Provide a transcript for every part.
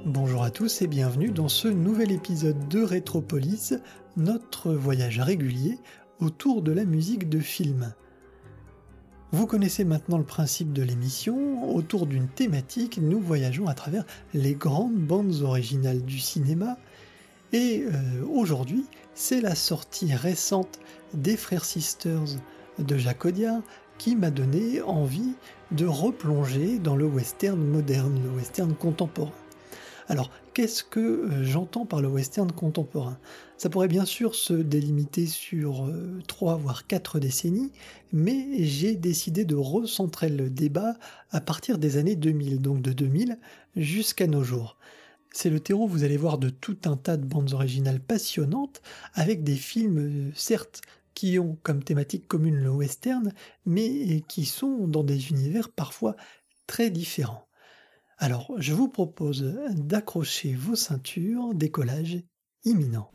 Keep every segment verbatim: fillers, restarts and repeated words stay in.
Bonjour à tous et bienvenue dans ce nouvel épisode de Rétropolis, notre voyage régulier autour de la musique de film. Vous connaissez maintenant le principe de l'émission, autour d'une thématique, nous voyageons à travers les grandes bandes originales du cinéma, et euh, aujourd'hui, c'est la sortie récente des Frères Sisters de Jacques Audiard qui m'a donné envie de replonger dans le western moderne, le western contemporain. Alors, qu'est-ce que euh, j'entends par le western contemporain ? Ça pourrait bien sûr se délimiter sur euh, trois voire quatre décennies, mais j'ai décidé de recentrer le débat à partir des années deux mille, donc de deux mille jusqu'à nos jours. C'est le terreau, vous allez voir, de tout un tas de bandes originales passionnantes, avec des films, euh, certes, qui ont comme thématique commune le western, mais qui sont dans des univers parfois très différents. Alors, je vous propose d'accrocher vos ceintures, décollage imminent.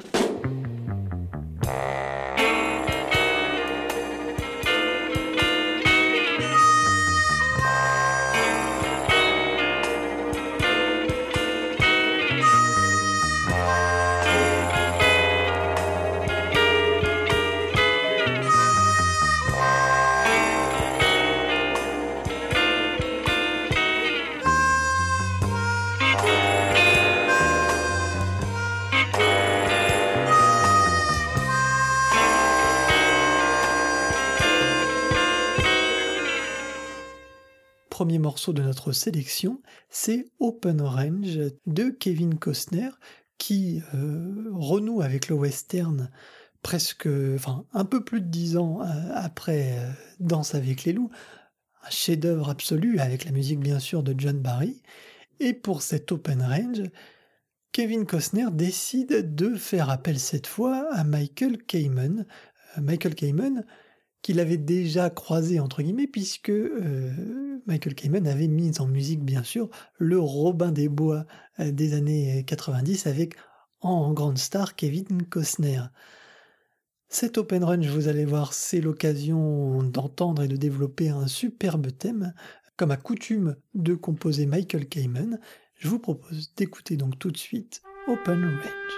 Premier morceau de notre sélection, c'est Open Range de Kevin Costner qui euh, renoue avec le western presque, enfin un peu plus de dix ans euh, après euh, Danse avec les loups, un chef-d'œuvre absolu avec la musique bien sûr de John Barry. Et pour cet Open Range, Kevin Costner décide de faire appel cette fois à Michael Kamen. Euh, Michael Kamen qu'il avait déjà croisé entre guillemets puisque euh, Michael Kamen avait mis en musique bien sûr le Robin des Bois euh, des années quatre-vingt-dix avec en grande star Kevin Costner. Cet Open Range, vous allez voir, c'est l'occasion d'entendre et de développer un superbe thème, comme à coutume de composer Michael Kamen. Je vous propose d'écouter donc tout de suite Open Range.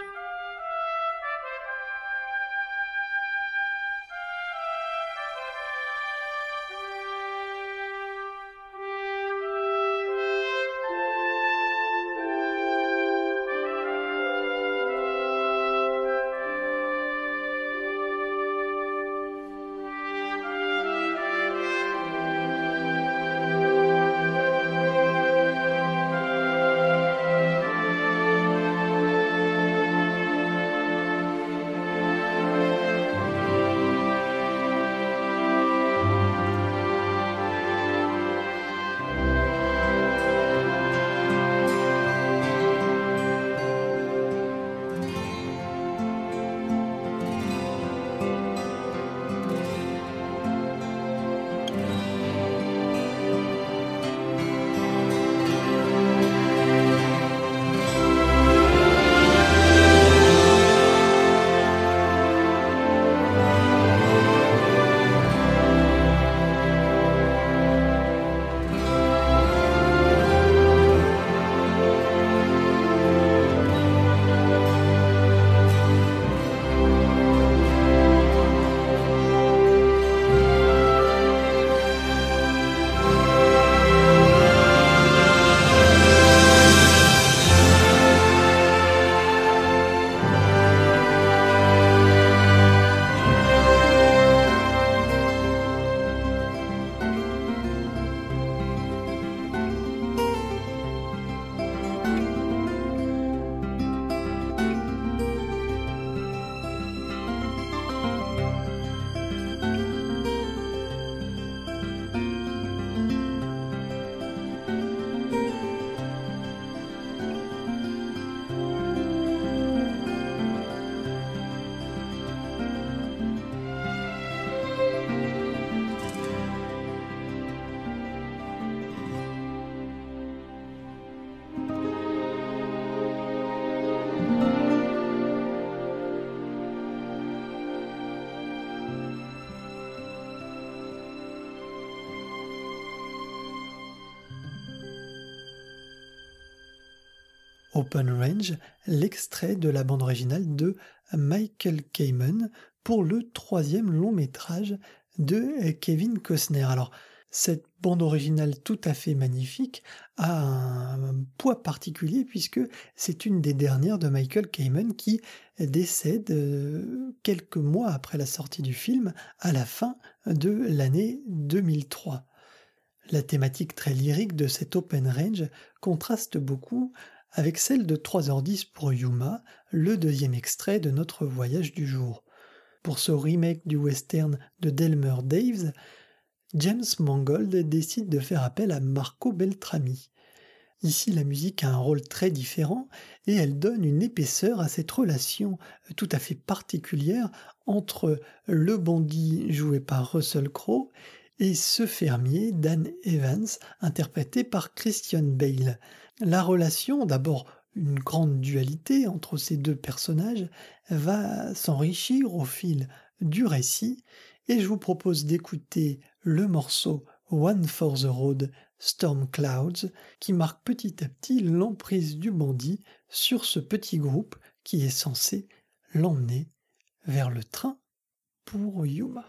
Open Range, l'extrait de la bande originale de Michael Kamen pour le troisième long métrage de Kevin Costner. Alors, cette bande originale tout à fait magnifique a un poids particulier puisque c'est une des dernières de Michael Kamen qui décède quelques mois après la sortie du film, à la fin de l'année deux mille trois. La thématique très lyrique de cet Open Range contraste beaucoup avec celle de trois heures dix pour Yuma, le deuxième extrait de notre voyage du jour. Pour ce remake du western de Delmer Daves, James Mangold décide de faire appel à Marco Beltrami. Ici, la musique a un rôle très différent et elle donne une épaisseur à cette relation tout à fait particulière entre le bandit joué par Russell Crowe et ce fermier, Dan Evans, interprété par Christian Bale. La relation, d'abord une grande dualité entre ces deux personnages, va s'enrichir au fil du récit, et je vous propose d'écouter le morceau One for the Road, Storm Clouds, qui marque petit à petit l'emprise du bandit sur ce petit groupe qui est censé l'emmener vers le train pour Yuma.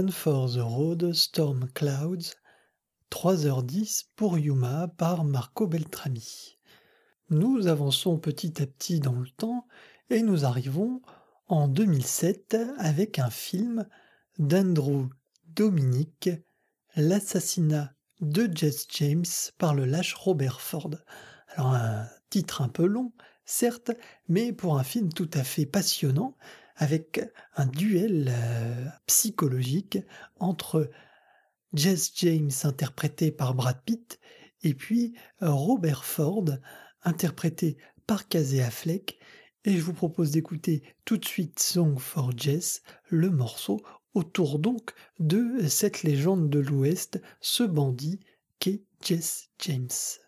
Run for the Road, Storm Clouds, trois heures dix pour Yuma par Marco Beltrami. Nous avançons petit à petit dans le temps et nous arrivons en deux mille sept avec un film d'Andrew Dominik, L'assassinat de Jesse James par le lâche Robert Ford. Alors un titre un peu long, certes, mais pour un film tout à fait passionnant, avec un duel euh, psychologique entre Jesse James interprété par Brad Pitt et puis euh, Robert Ford interprété par Casey Affleck. Et je vous propose d'écouter tout de suite Song for Jess, le morceau autour donc de cette légende de l'Ouest, ce bandit qu'est Jesse James.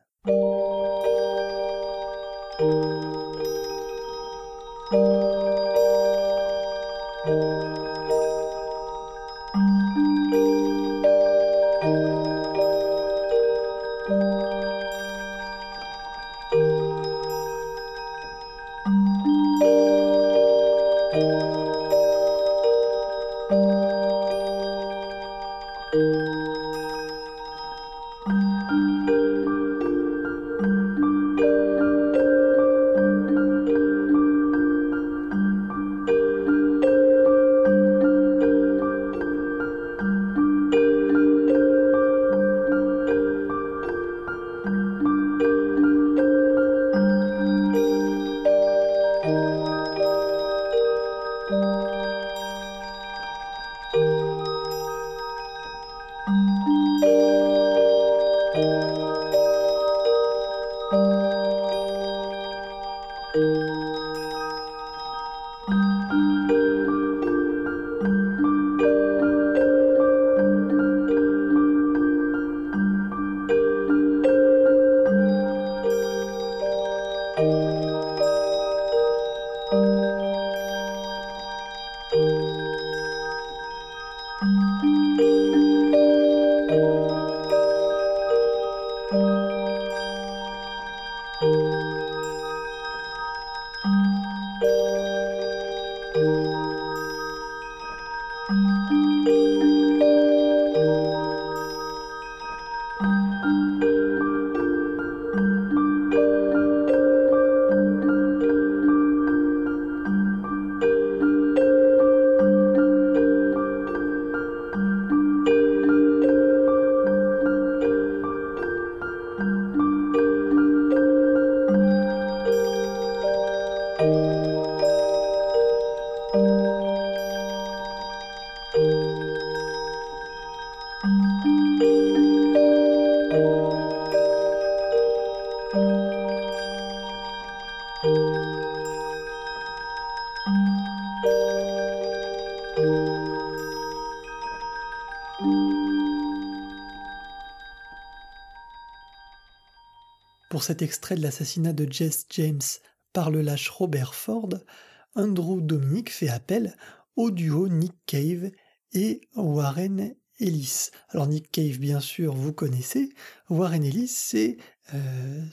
Pour cet extrait de l'assassinat de Jesse James par le lâche Robert Ford, Andrew Dominik fait appel au duo Nick Cave et Warren Ellis. Alors Nick Cave, bien sûr, vous connaissez. Warren Ellis, c'est euh,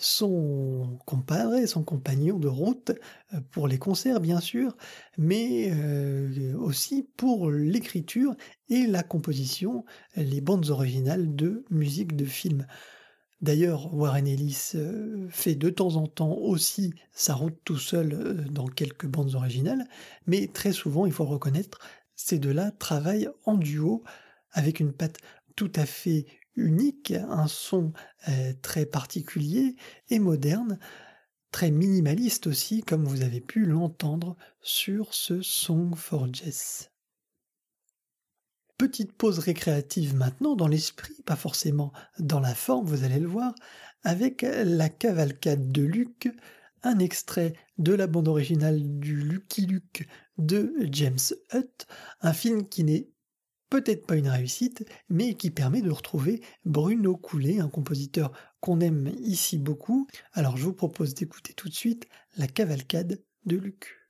son compadre, son compagnon de route euh, pour les concerts, bien sûr, mais euh, aussi pour l'écriture et la composition, les bandes originales de musique de film. D'ailleurs, Warren Ellis euh, fait de temps en temps aussi sa route tout seul euh, dans quelques bandes originales, mais très souvent, il faut le reconnaître, ces deux-là travaillent en duo avec une patte tout à fait unique, un son euh, très particulier et moderne, très minimaliste aussi, comme vous avez pu l'entendre sur ce Song for Jess. Petite pause récréative maintenant dans l'esprit, pas forcément dans la forme, vous allez le voir, avec La cavalcade de Luke, un extrait de la bande originale du Lucky Luke de James Hutt, un film qui n'est peut-être pas une réussite, mais qui permet de retrouver Bruno Coulet, un compositeur qu'on aime ici beaucoup. Alors je vous propose d'écouter tout de suite La cavalcade de Luke.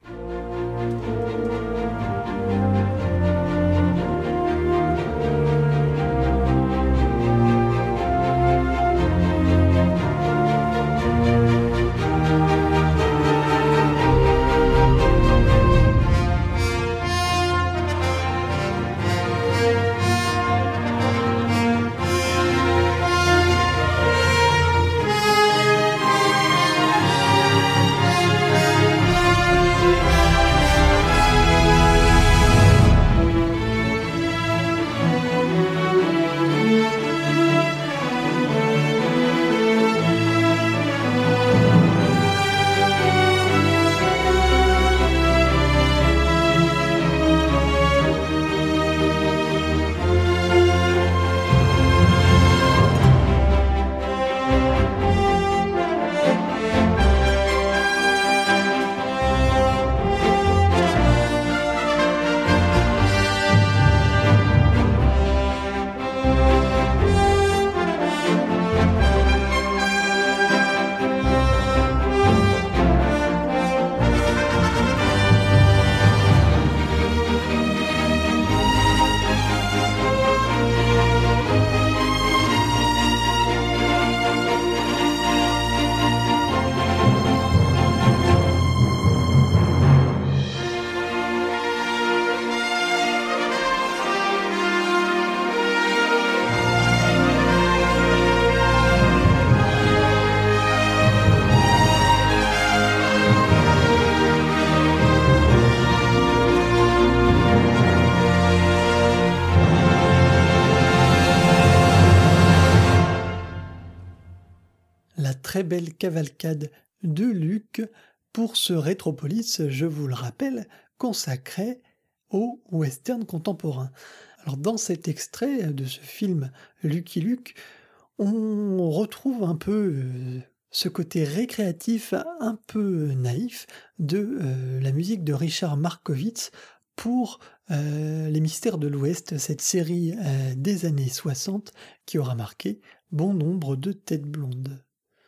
très belle cavalcade de Luc pour ce Rétropolis, je vous le rappelle, consacré au western contemporain. Alors dans cet extrait de ce film Lucky Luke, on retrouve un peu euh, ce côté récréatif, un peu naïf de euh, la musique de Richard Markowitz pour euh, Les Mystères de l'Ouest, cette série euh, des années soixante qui aura marqué bon nombre de têtes blondes.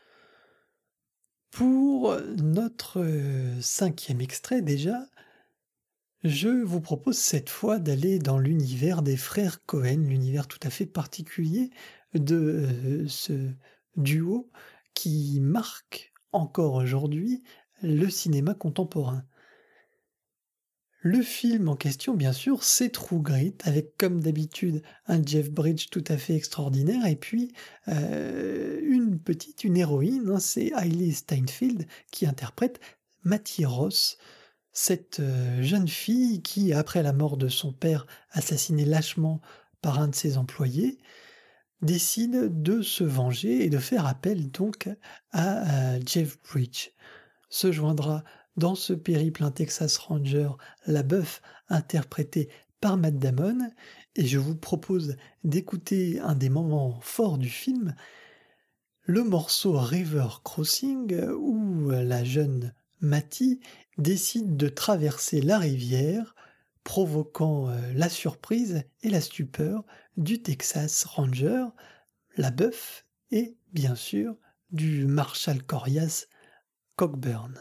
Pour notre euh, cinquième extrait déjà, je vous propose cette fois d'aller dans l'univers des frères Cohen, l'univers tout à fait particulier de euh, ce duo qui marque encore aujourd'hui le cinéma contemporain. Le film en question, bien sûr, c'est True Grit, avec comme d'habitude un Jeff Bridges tout à fait extraordinaire, et puis euh, une petite, une héroïne, hein, c'est Hailey Steinfeld qui interprète Mattie Ross, cette euh, jeune fille qui, après la mort de son père assassiné lâchement par un de ses employés, décide de se venger et de faire appel donc à, à Jeff Bridges. Se joindra dans ce périple un Texas Ranger, la Buff, interprétée par Matt Damon, et je vous propose d'écouter un des moments forts du film, le morceau River Crossing, où la jeune Mattie décide de traverser la rivière, provoquant la surprise et la stupeur du Texas Ranger, la Buff, et bien sûr du Marshal Corias Cockburn.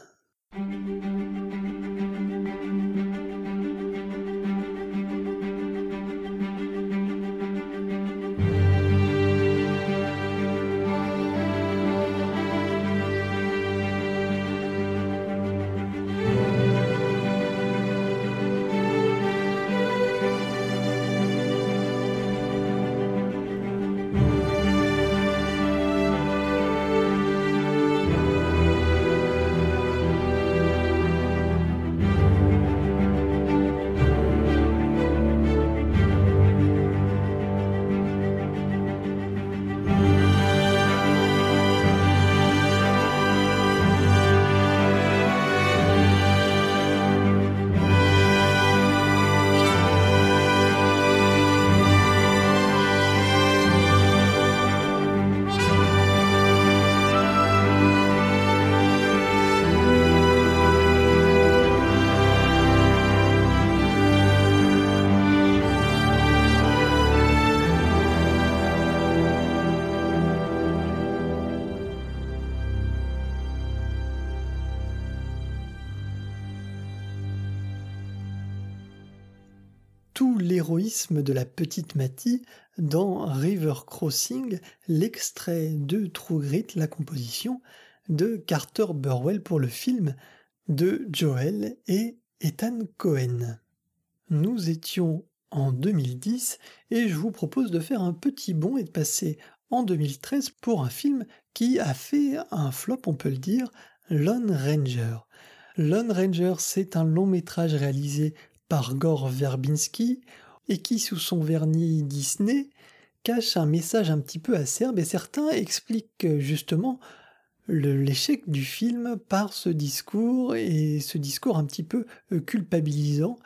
Tout l'héroïsme de la petite Mattie dans River Crossing, l'extrait de True Grit, la composition de Carter Burwell pour le film de Joel et Ethan Coen. Nous étions en deux mille dix et je vous propose de faire un petit bond et de passer en deux mille treize pour un film qui a fait un flop, on peut le dire, Lone Ranger. Lone Ranger, c'est un long métrage réalisé par Gore Verbinski et qui, sous son vernis Disney, cache un message un petit peu acerbe et certains expliquent justement le, l'échec du film par ce discours et ce discours un petit peu culpabilisant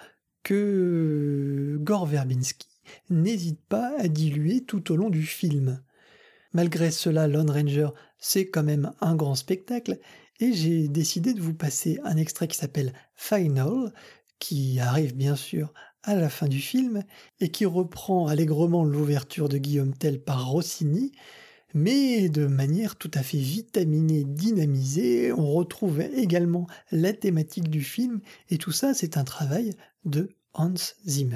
que Gore Verbinski n'hésite pas à diluer tout au long du film. Malgré cela, Lone Ranger, c'est quand même un grand spectacle et j'ai décidé de vous passer un extrait qui s'appelle Final, qui arrive bien sûr à la fin du film et qui reprend allègrement l'ouverture de Guillaume Tell par Rossini, mais de manière tout à fait vitaminée, dynamisée. On retrouve également la thématique du film et tout ça, c'est un travail de Hans Zimmer.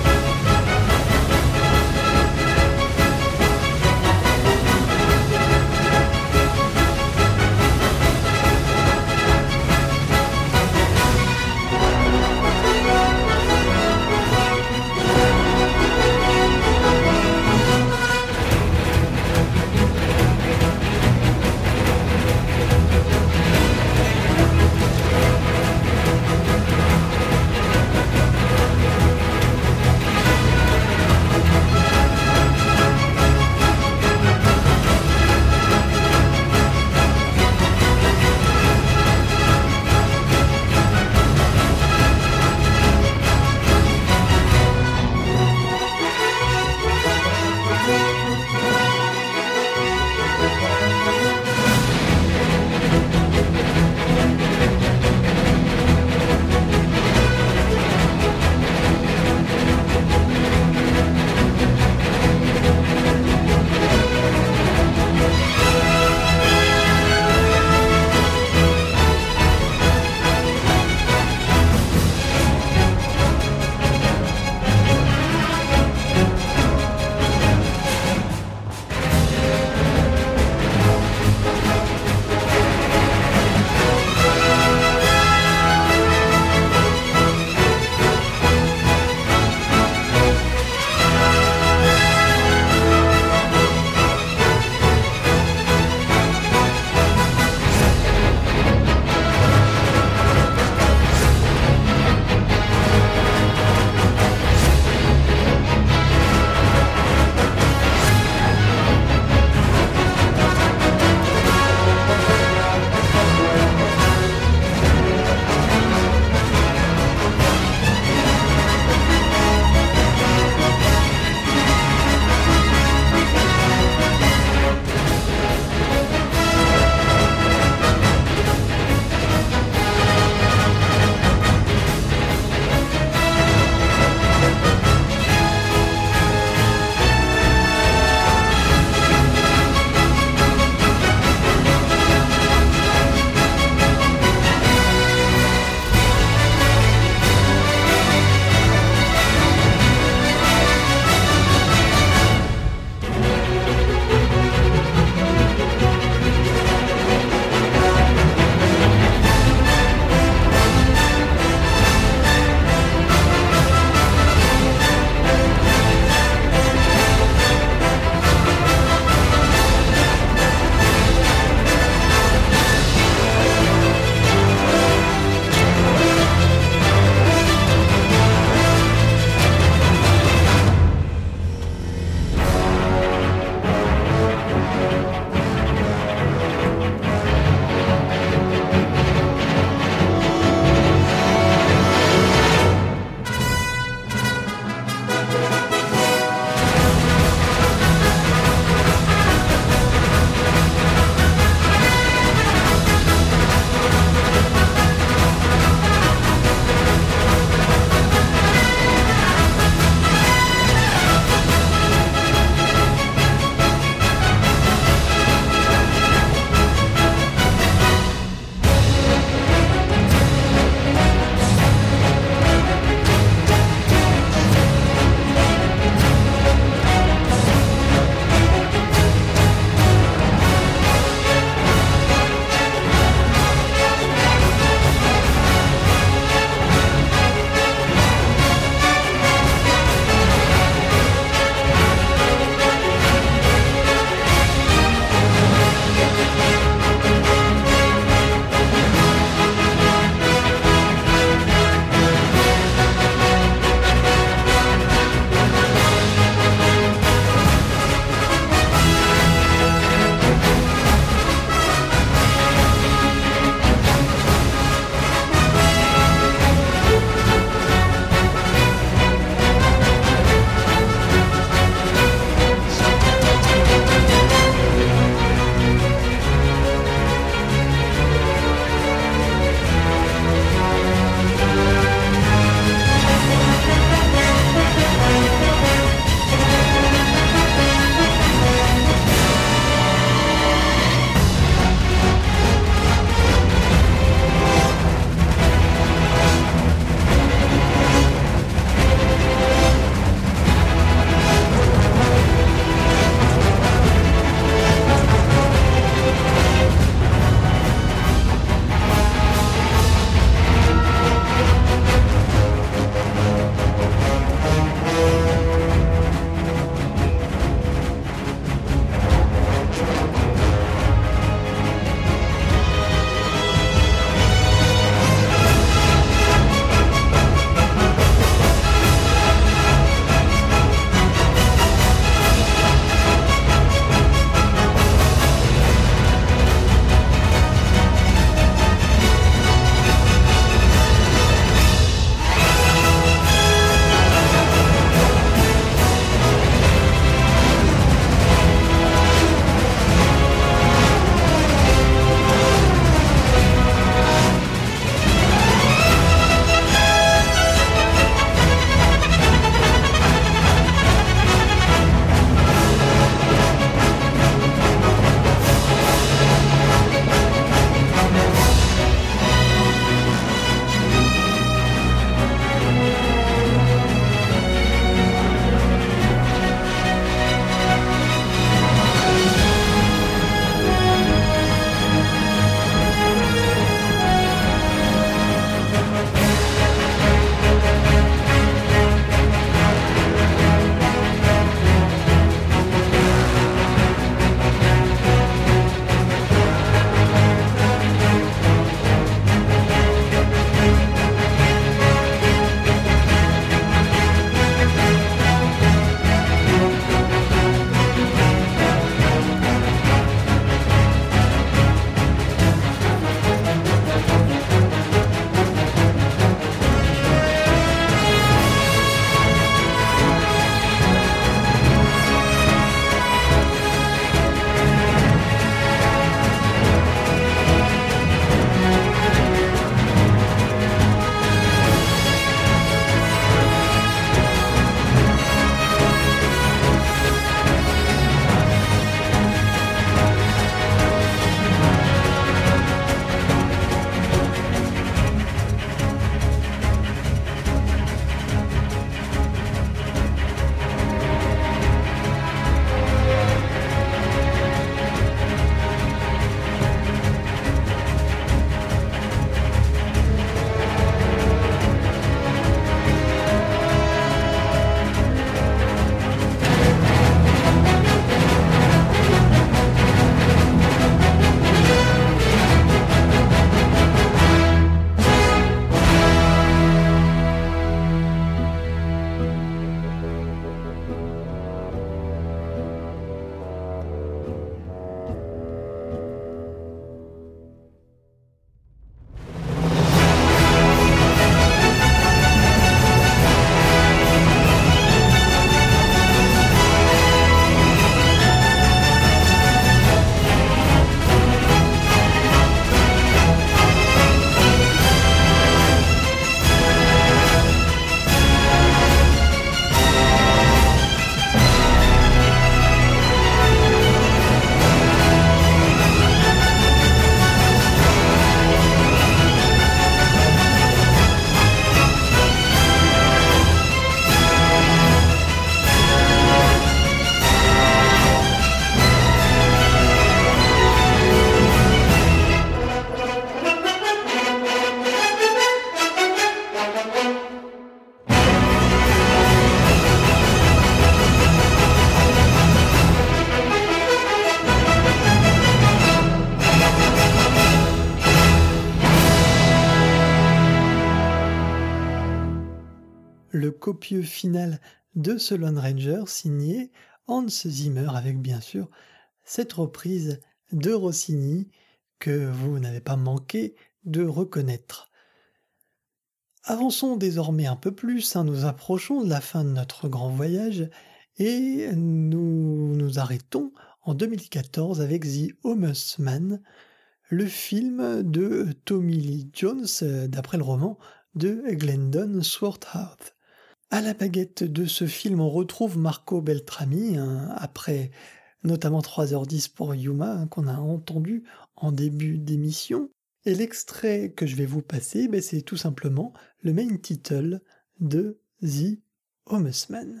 le copieux final de ce Lone Ranger signé Hans Zimmer avec bien sûr cette reprise de Rossini que vous n'avez pas manqué de reconnaître. Avançons désormais un peu plus, hein, nous approchons de la fin de notre grand voyage et nous nous arrêtons en deux mille quatorze avec The Homeless Man, le film de Tommy Lee Jones d'après le roman de Glendon Swarthout. À la baguette de ce film, on retrouve Marco Beltrami, hein, après notamment trois heures dix pour Yuma, hein, qu'on a entendu en début d'émission. Et l'extrait que je vais vous passer, ben, c'est tout simplement le main title de The Homeless Man.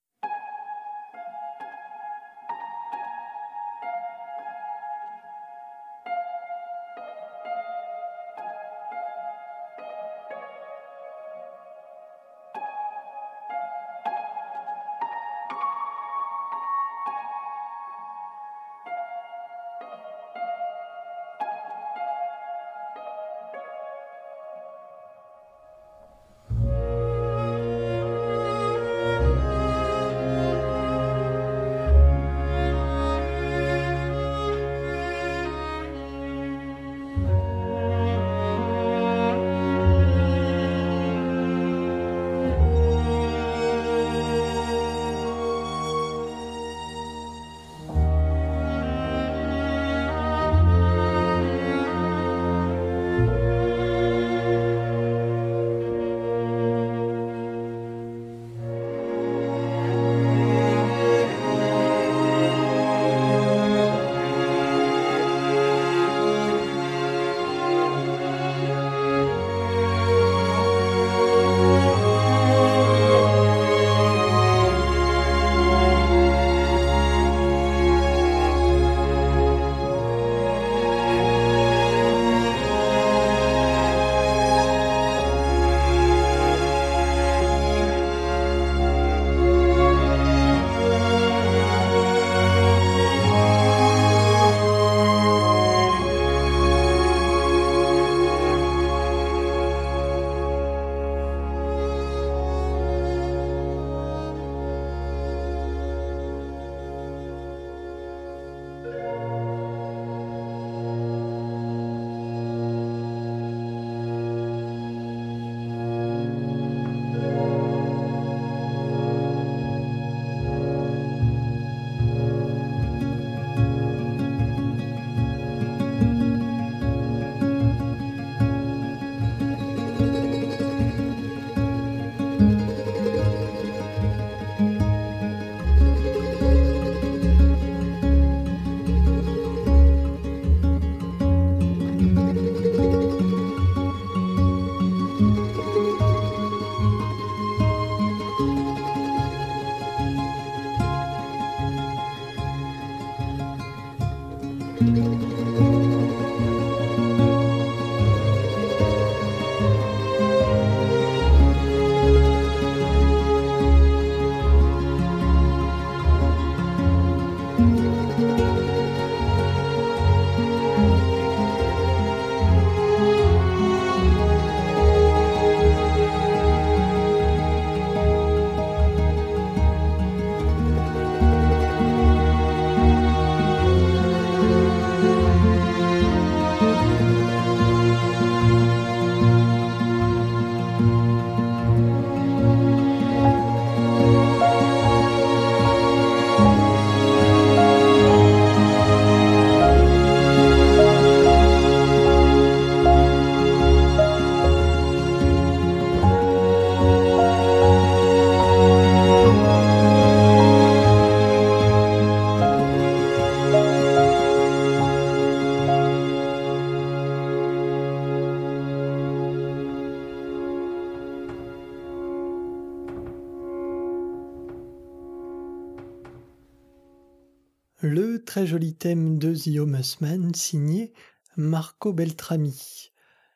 Le très joli thème de The Homeless Man signé Marco Beltrami.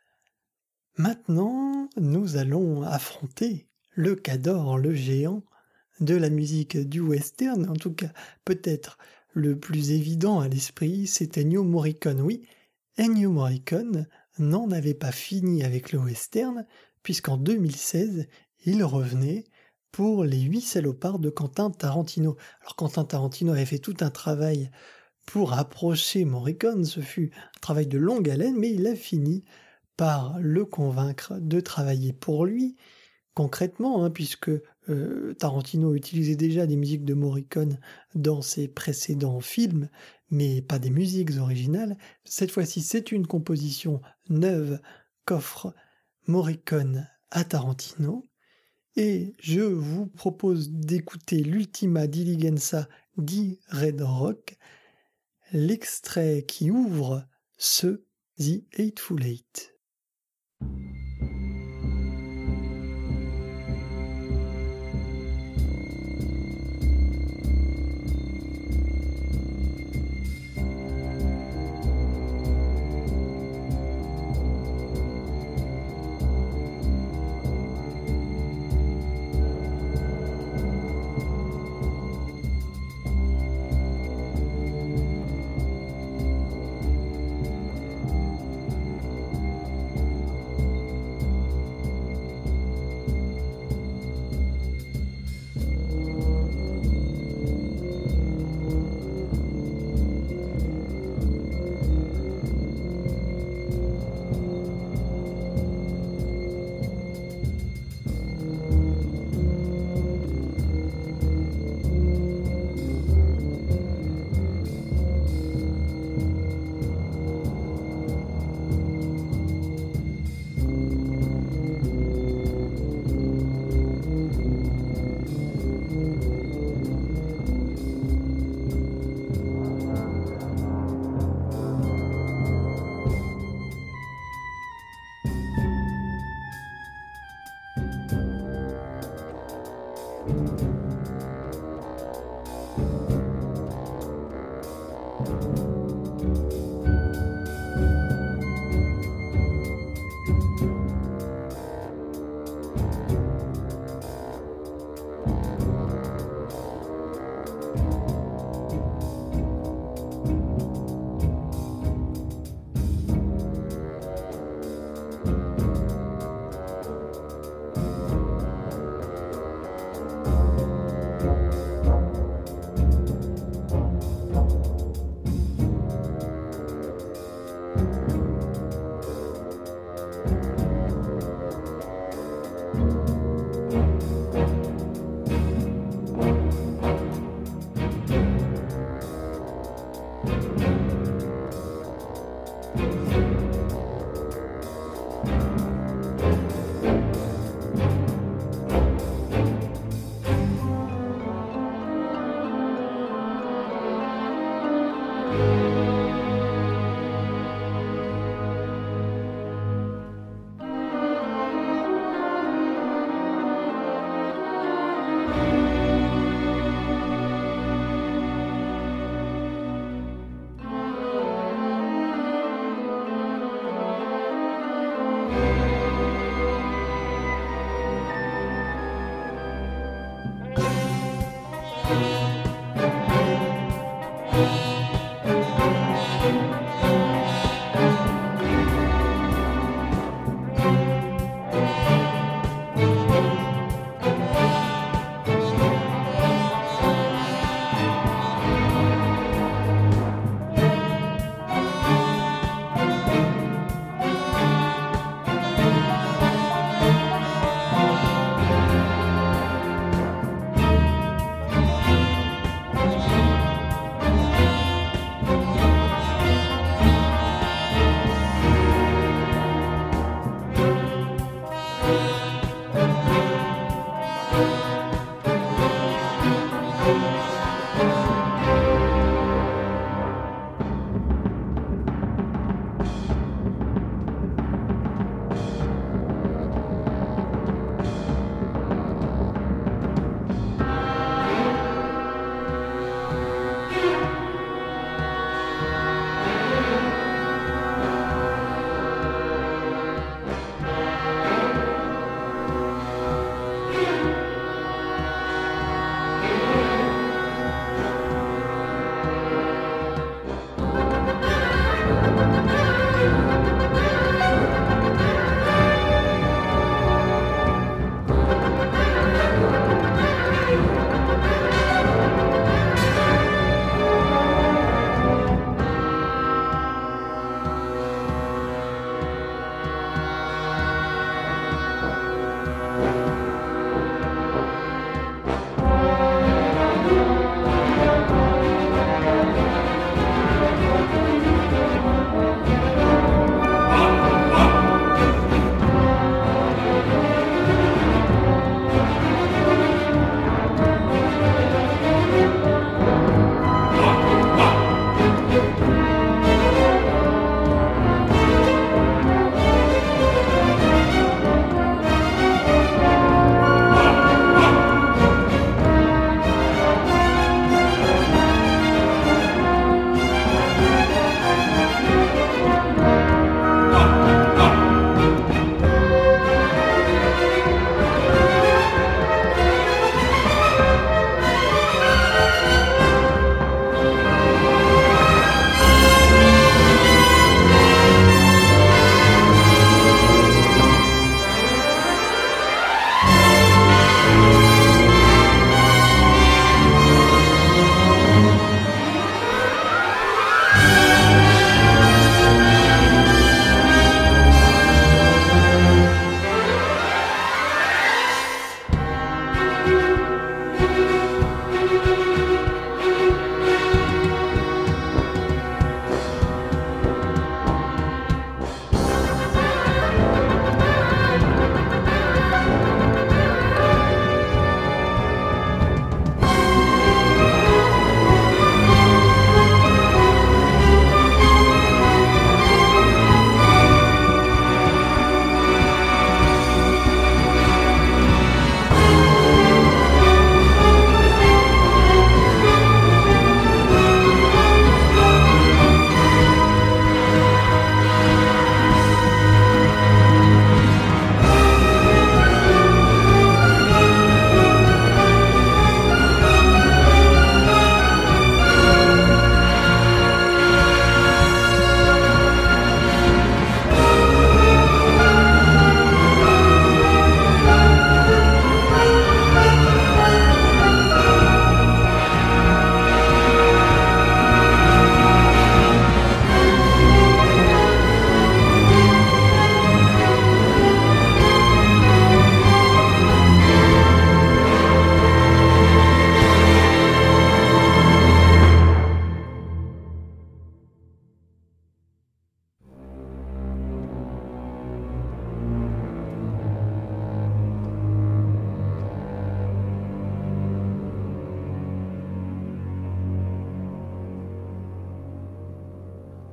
Maintenant, nous allons affronter le Cador, le géant de la musique du western, en tout cas peut-être le plus évident à l'esprit, c'est Ennio Morricone. Oui, Ennio Morricone n'en avait pas fini avec le western, puisqu'en deux mille seize, il revenait pour Les Huit Salopards de Quentin Tarantino. Alors Quentin Tarantino avait fait tout un travail pour approcher Morricone, ce fut un travail de longue haleine, mais il a fini par le convaincre de travailler pour lui, concrètement, hein, puisque euh, Tarantino utilisait déjà des musiques de Morricone dans ses précédents films, mais pas des musiques originales. Cette fois-ci, c'est une composition neuve qu'offre Morricone à Tarantino. Et je vous propose d'écouter l'Ultima Diligenza di Red Rock, l'extrait qui ouvre ce The Eightful Eight.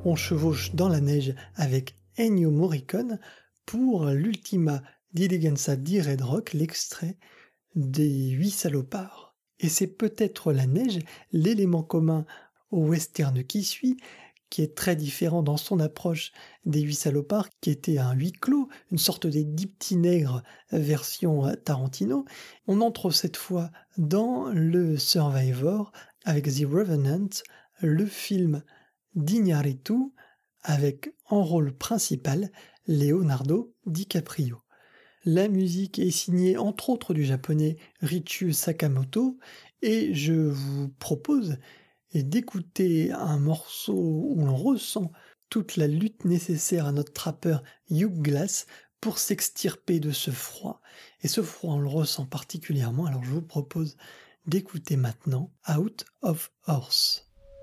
on chevauche dans la neige avec Ennio Morricone pour l'Ultima Diligenza di Red Rock, l'extrait des Huit Salopards. Et c'est peut-être la neige, l'élément commun au western qui suit, qui est très différent dans son approche des Huit Salopards, qui était un huis clos, une sorte des dix petits nègres version Tarantino. On entre cette fois dans le Survivor avec The Revenant, le film d'Iñárritu, avec en rôle principal Leonardo DiCaprio. La musique est signée entre autres du japonais Ryuichi Sakamoto, et je vous propose d'écouter un morceau où l'on ressent toute la lutte nécessaire à notre trappeur Hugh Glass pour s'extirper de ce froid. Et ce froid, on le ressent particulièrement, alors je vous propose d'écouter maintenant Out of Horse.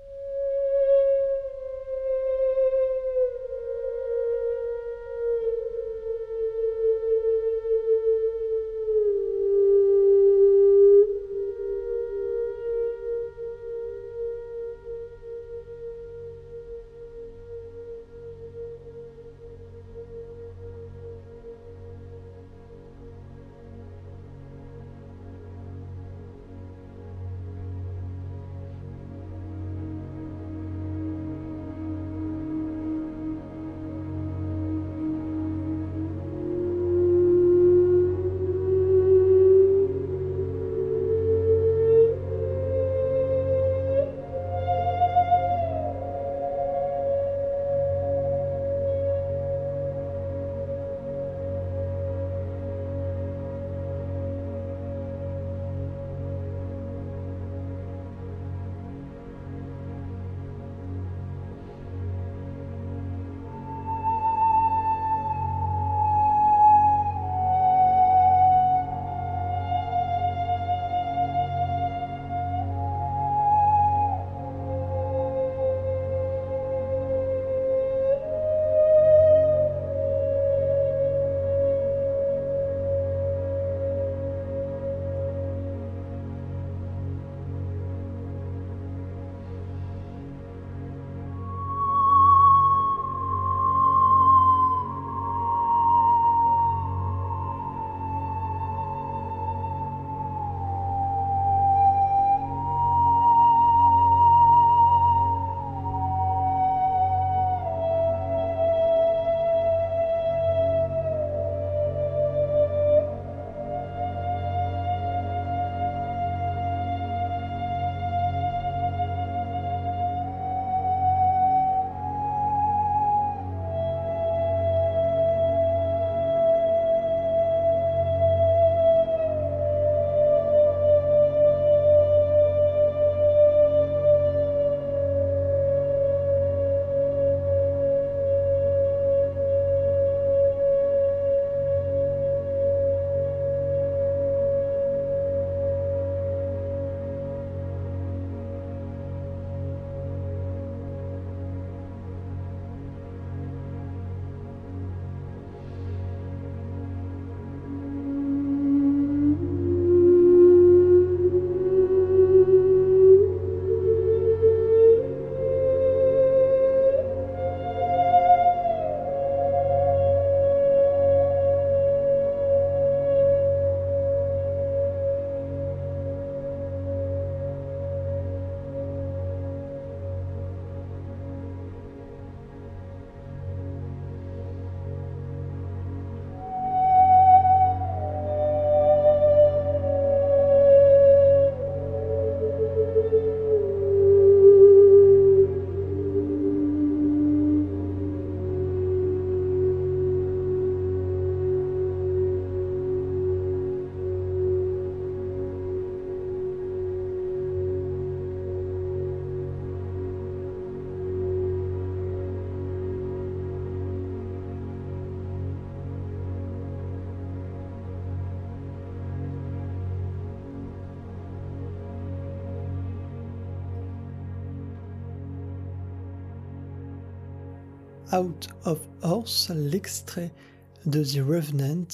Out of Horse, l'extrait de The Revenant,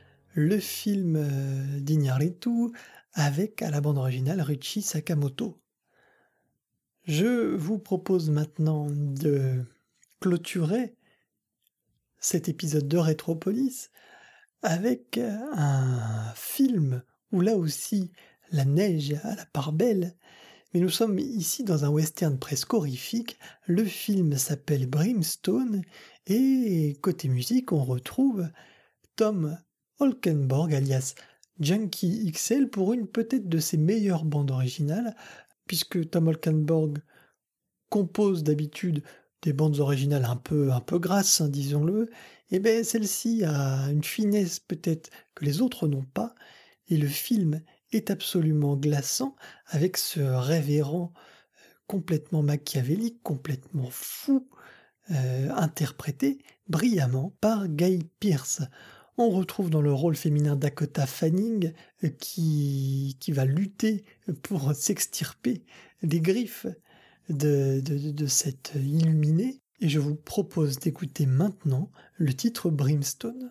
le film d'Iñárritu avec à la bande originale Ryuichi Sakamoto. Je vous propose maintenant de clôturer cet épisode de Rétropolis avec un film où là aussi la neige a la part belle, mais nous sommes ici dans un western presque horrifique. Le film s'appelle Brimstone et côté musique on retrouve Tom Holkenborg alias Junkie X L pour une peut-être de ses meilleures bandes originales, puisque Tom Holkenborg compose d'habitude des bandes originales un peu, un peu grasses, hein, disons-le, et bien celle-ci a une finesse peut-être que les autres n'ont pas, et le film est absolument glaçant avec ce révérend complètement machiavélique, complètement fou, euh, interprété brillamment par Guy Pearce. On retrouve dans le rôle féminin Dakota Fanning euh, qui, qui va lutter pour s'extirper des griffes de, de, de cette illuminée. Et je vous propose d'écouter maintenant le titre Brimstone.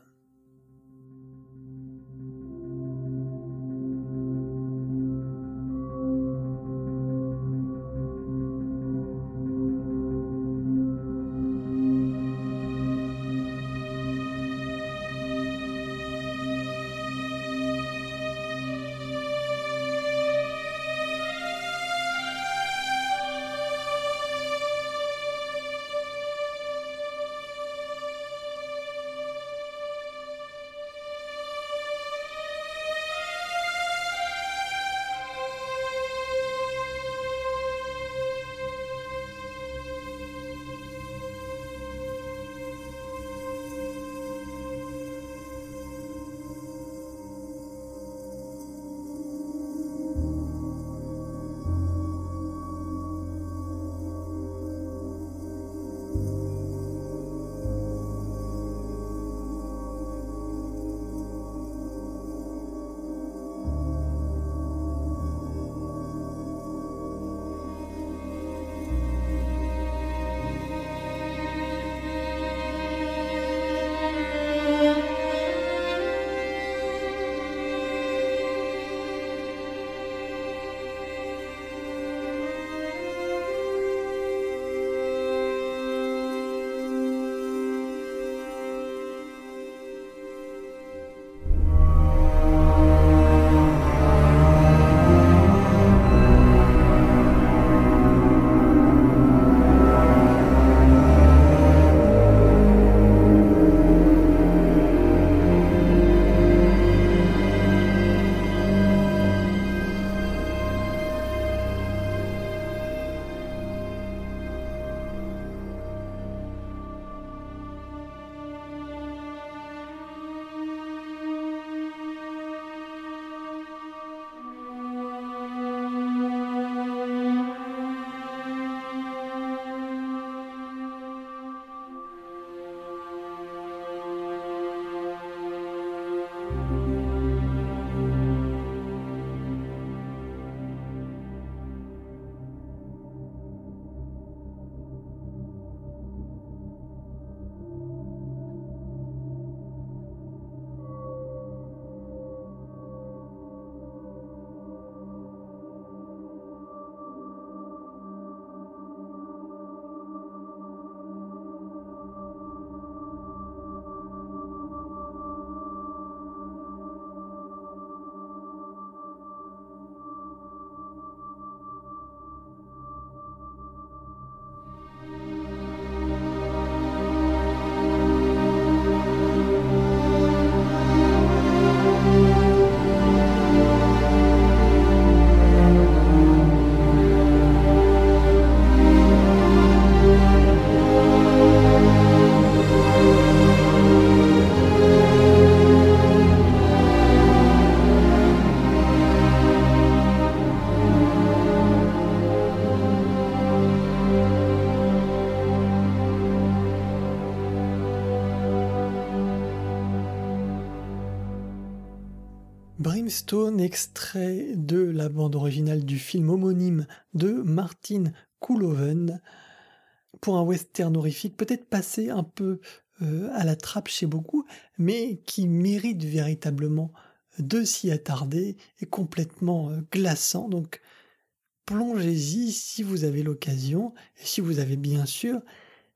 Brimstone, extrait de la bande originale du film homonyme de Martin Koolhoven, pour un western horrifique, peut-être passé un peu euh, à la trappe chez beaucoup, mais qui mérite véritablement de s'y attarder, et complètement euh, glaçant. Donc plongez-y si vous avez l'occasion, et si vous avez bien sûr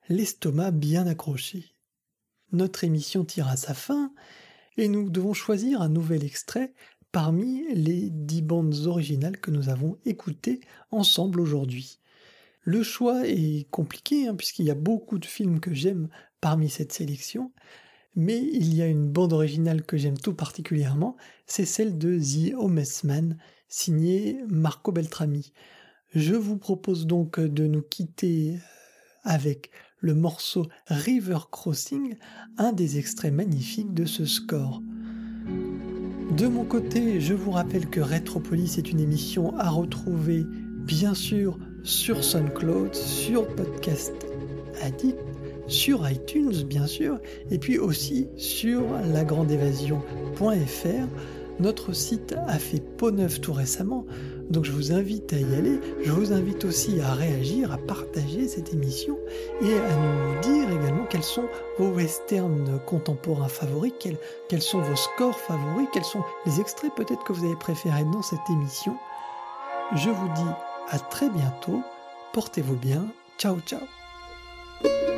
l'estomac bien accroché. Notre émission tire à sa fin et nous devons choisir un nouvel extrait parmi les dix bandes originales que nous avons écoutées ensemble aujourd'hui. Le choix est compliqué hein, puisqu'il y a beaucoup de films que j'aime parmi cette sélection, mais il y a une bande originale que j'aime tout particulièrement, c'est celle de The Homeless Man, signée Marco Beltrami. Je vous propose donc de nous quitter avec le morceau River Crossing, un des extraits magnifiques de ce score. De mon côté, je vous rappelle que Retropolis est une émission à retrouver bien sûr sur SoundCloud, sur Podcast Addict, sur iTunes bien sûr, et puis aussi sur la grande évasion point f r. Notre site a fait peau neuve tout récemment, donc je vous invite à y aller. Je vous invite aussi à réagir, à partager cette émission et à nous dire également quels sont vos westerns contemporains favoris, quels, quels sont vos scores favoris, quels sont les extraits peut-être que vous avez préférés dans cette émission. Je vous dis à très bientôt, portez-vous bien, ciao ciao.